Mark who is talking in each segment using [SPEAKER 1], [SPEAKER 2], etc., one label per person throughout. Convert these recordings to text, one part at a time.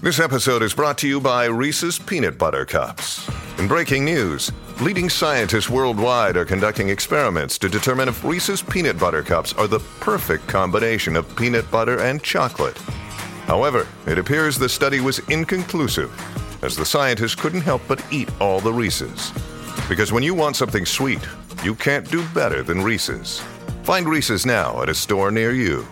[SPEAKER 1] This episode is brought to you by Reese's Peanut Butter Cups. In breaking news, leading scientists worldwide are conducting experiments to determine if Reese's Peanut Butter Cups are the perfect combination of peanut butter and chocolate. However, it appears the study was inconclusive, as the scientists couldn't help but eat all the Reese's. Because when you want something sweet, you can't do better than Reese's. Find Reese's now at a store near you.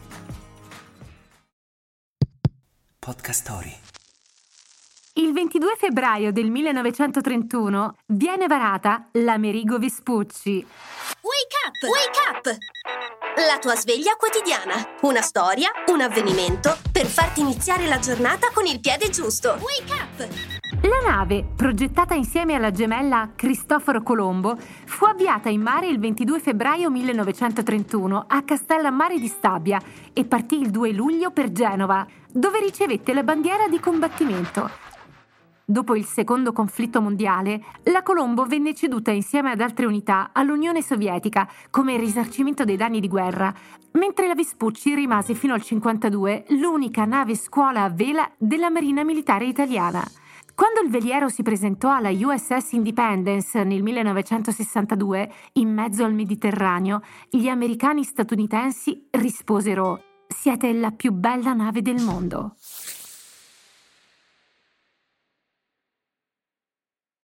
[SPEAKER 2] Podcast Story.
[SPEAKER 3] Il 22 febbraio del 1931 viene varata l'Amerigo Vespucci.
[SPEAKER 4] Wake up! Wake up! La tua sveglia quotidiana. Una storia, un avvenimento per farti iniziare la giornata con il piede giusto. Wake up!
[SPEAKER 3] La nave, progettata insieme alla gemella Cristoforo Colombo, fu avviata in mare il 22 febbraio 1931 a Castellammare di Stabia e partì il 2 luglio per Genova, dove ricevette la bandiera di combattimento. Dopo il secondo conflitto mondiale, la Colombo venne ceduta insieme ad altre unità all'Unione Sovietica come risarcimento dei danni di guerra, mentre la Vespucci rimase fino al 1952 l'unica nave scuola a vela della Marina Militare Italiana. Quando il veliero si presentò alla USS Independence nel 1962, in mezzo al Mediterraneo, gli americani statunitensi risposero: «Siete la più bella nave del mondo».